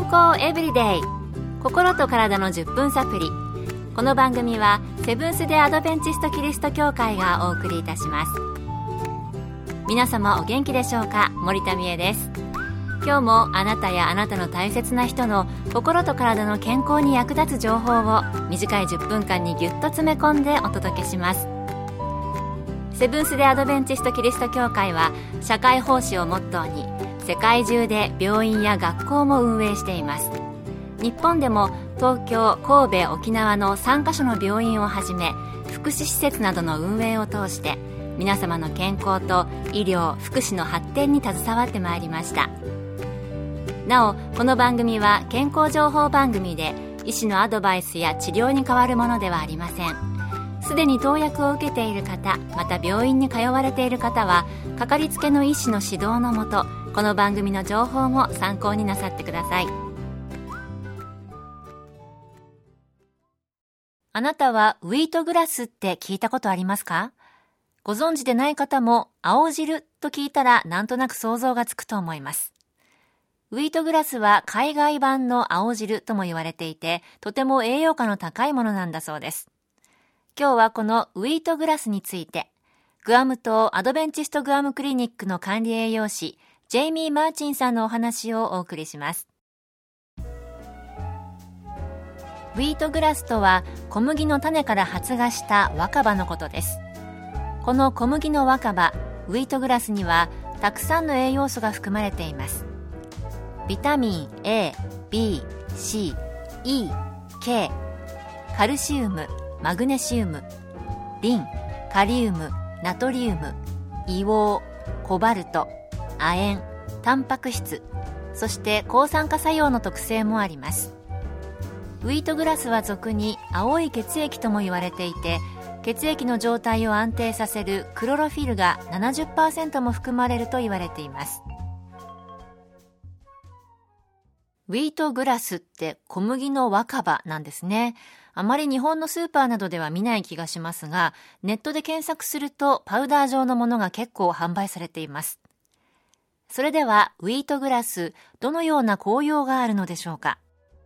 康エブリデイ、心と体の10分サプリ。この番組はセブンス・デ・アドベンチスト・キリスト教会がお送りいたします。皆様お元気でしょうか。森田美恵です。今日もあなたやあなたの大切な人の心と体の健康に役立つ情報を短い10分間にぎゅっと詰め込んでお届けします。セブンス・デ・アドベンチスト・キリスト教会は社会奉仕をモットーに世界中で病院や学校も運営しています。日本でも東京、神戸、沖縄の3カ所の病院をはじめ福祉施設などの運営を通して皆様の健康と医療・福祉の発展に携わってまいりました。なお、この番組は健康情報番組で医師のアドバイスや治療に代わるものではありません。すでに投薬を受けている方、また病院に通われている方はかかりつけの医師の指導のもと、この番組の情報も参考になさってください。あなたはウィートグラスって聞いたことありますか？ご存知でない方も青汁と聞いたらなんとなく想像がつくと思います。ウィートグラスは海外版の青汁とも言われていて、とても栄養価の高いものなんだそうです。今日はこのウィートグラスについて、グアム島アドベンチストグアムクリニックの管理栄養士ジェイミー・マーチンさんのお話をお送りします。ウィートグラスとは小麦の種から発芽した若葉のことです。この小麦の若葉、ウィートグラスにはたくさんの栄養素が含まれています。ビタミン A、B、C、E、K、カルシウム、マグネシウム、リン、カリウム、ナトリウム、硫黄、コバルト、亜鉛、タンパク質、そして抗酸化作用の特性もあります。ウィートグラスは俗に青い血液とも言われていて、血液の状態を安定させるクロロフィルが 70% も含まれると言われています。ウィートグラスって小麦の若葉なんですね。あまり日本のスーパーなどでは見ない気がしますが、ネットで検索するとパウダー状のものが結構販売されています。それではウィートグラス、どのような効用があるのでしょうか。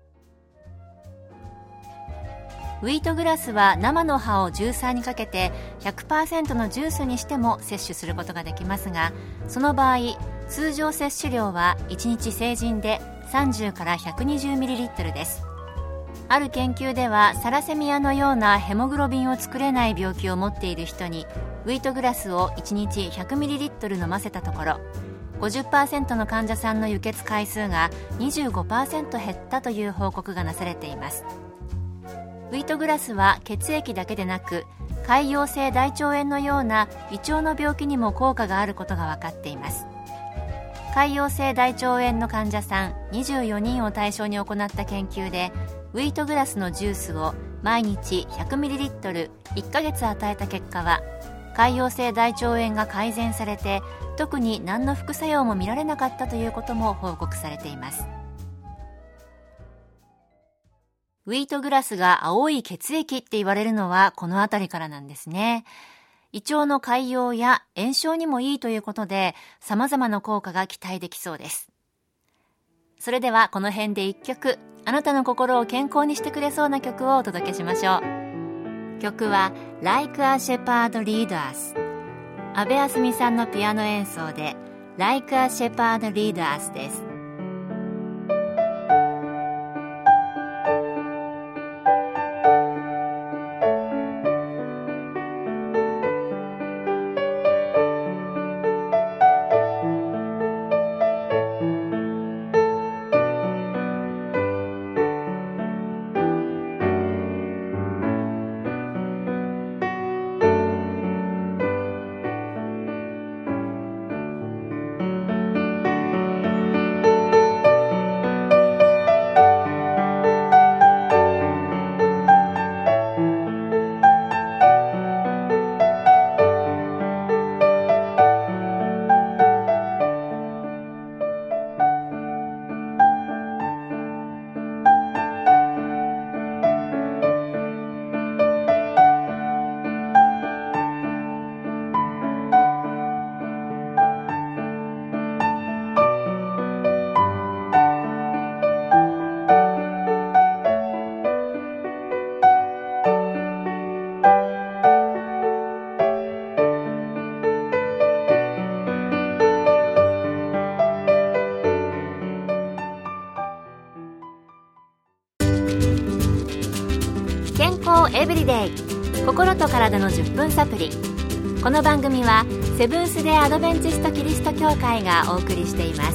ウィートグラスは生の葉をジューサーにかけて 100% のジュースにしても摂取することができますが、その場合通常摂取量は1日成人で30から 120ml です。ある研究ではサラセミアのようなヘモグロビンを作れない病気を持っている人にウィートグラスを1日 100ml 飲ませたところ、50% の患者さんの輸血回数が 25% 減ったという報告がなされています。ウィートグラスは血液だけでなく潰瘍性大腸炎のような胃腸の病気にも効果があることが分かっています。潰瘍性大腸炎の患者さん24人を対象に行った研究で、ウィートグラスのジュースを毎日 100ml 1ヶ月与えた結果は、潰瘍性大腸炎が改善されて、特に何の副作用も見られなかったということも報告されています。ウィートグラスが青い血液って言われるのはこのあたりからなんですね。胃腸の潰瘍や炎症にもいいということで、様々な効果が期待できそうです。それではこの辺で一曲、あなたの心を健康にしてくれそうな曲をお届けしましょう。曲は Like a Shepherd Lead Us。 阿部あすみさんのピアノ演奏で Like a Shepherd Lead Us です。 エブリデイ心と体の10分サプリ。この番組はセブンス・デ・アドベンチスト・キリスト教会がお送りしています。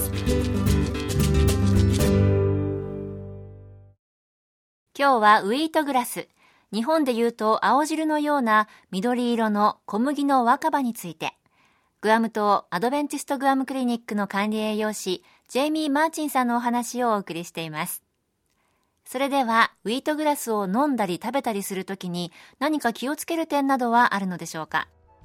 今日はウィートグラス、日本でいうと青汁のような緑色の小麦の若葉について、グアム島アドベンチストグアムクリニックの管理栄養士ジェイミー・マーチンさんのお話をお送りしています。それではウィートグラスを飲んだり食べたりするときに何か気をつける点などはあるのでしょうか。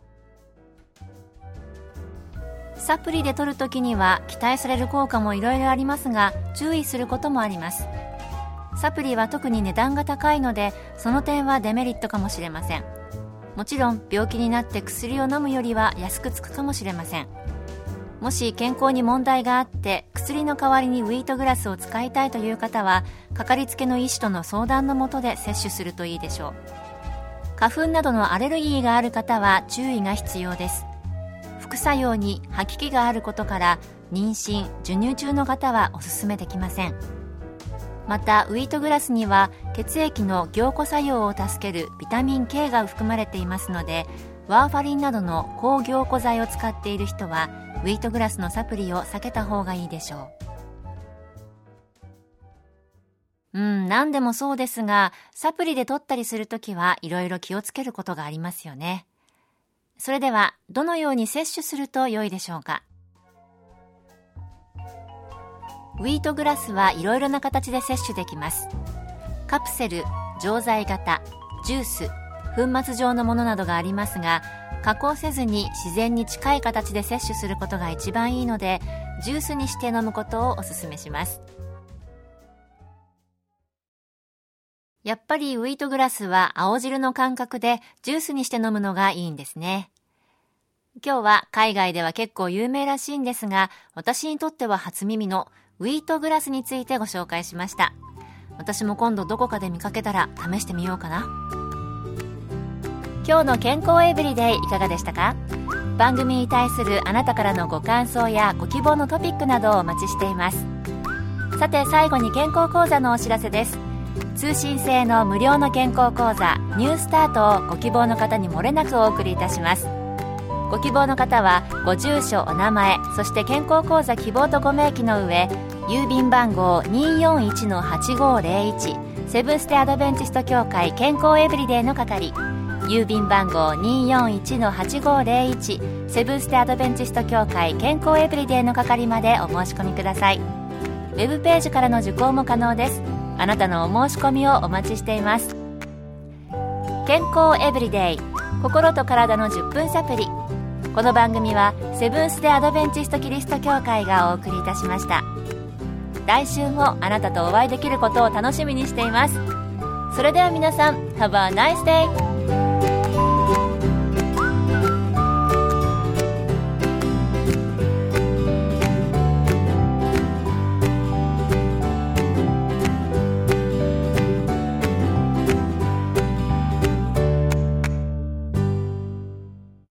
サプリで摂るときには期待される効果もいろいろありますが、注意することもあります。サプリは特に値段が高いので、その点はデメリットかもしれません。もちろん病気になって薬を飲むよりは安くつくかもしれません。もし健康に問題があって薬の代わりにウィートグラスを使いたいという方は、かかりつけの医師との相談のもとで摂取するといいでしょう。花粉などのアレルギーがある方は注意が必要です。副作用に吐き気があることから妊娠・授乳中の方はおすすめできません。またウィートグラスには血液の凝固作用を助けるビタミン K が含まれていますので、ワーファリンなどの抗凝固剤を使っている人はウィートグラスのサプリを避けた方がいいでしょう。何でもそうですが、サプリで摂ったりするときはいろいろ気をつけることがありますよね。それではどのように摂取すると良いでしょうか。ウィートグラスはいろいろな形で摂取できます。カプセル、錠剤型、ジュース、粉末状のものなどがありますが、加工せずに自然に近い形で摂取することが一番いいので、ジュースにして飲むことをお勧めします。やっぱりウィートグラスは青汁の感覚でジュースにして飲むのがいいんですね。今日は海外では結構有名らしいんですが、私にとっては初耳のウィートグラスについてご紹介しました。私も今度どこかで見かけたら試してみようかな。今日の健康エブリデイいかがでしたか。番組に対するあなたからのご感想やご希望のトピックなどをお待ちしています。さて最後に健康講座のお知らせです。通信制の無料の健康講座ニュースタートをご希望の方に漏れなくお送りいたします。ご希望の方はご住所、お名前、そして健康講座希望とご明記の上、郵便番号 241-8501 セブンステアドベンチスト協会健康エブリデイの係、郵便番号 241-8501 セブンステアドベンチスト協会健康エブリデイの係までお申し込みください。ウェブページからの受講も可能です。あなたのお申し込みをお待ちしています。健康エブリデイ、心と体の10分サプリ。この番組はセブンス・デ・アドベンチスト・キリスト教会がお送りいたしました。来週もあなたとお会いできることを楽しみにしています。それでは皆さん、Have a nice day!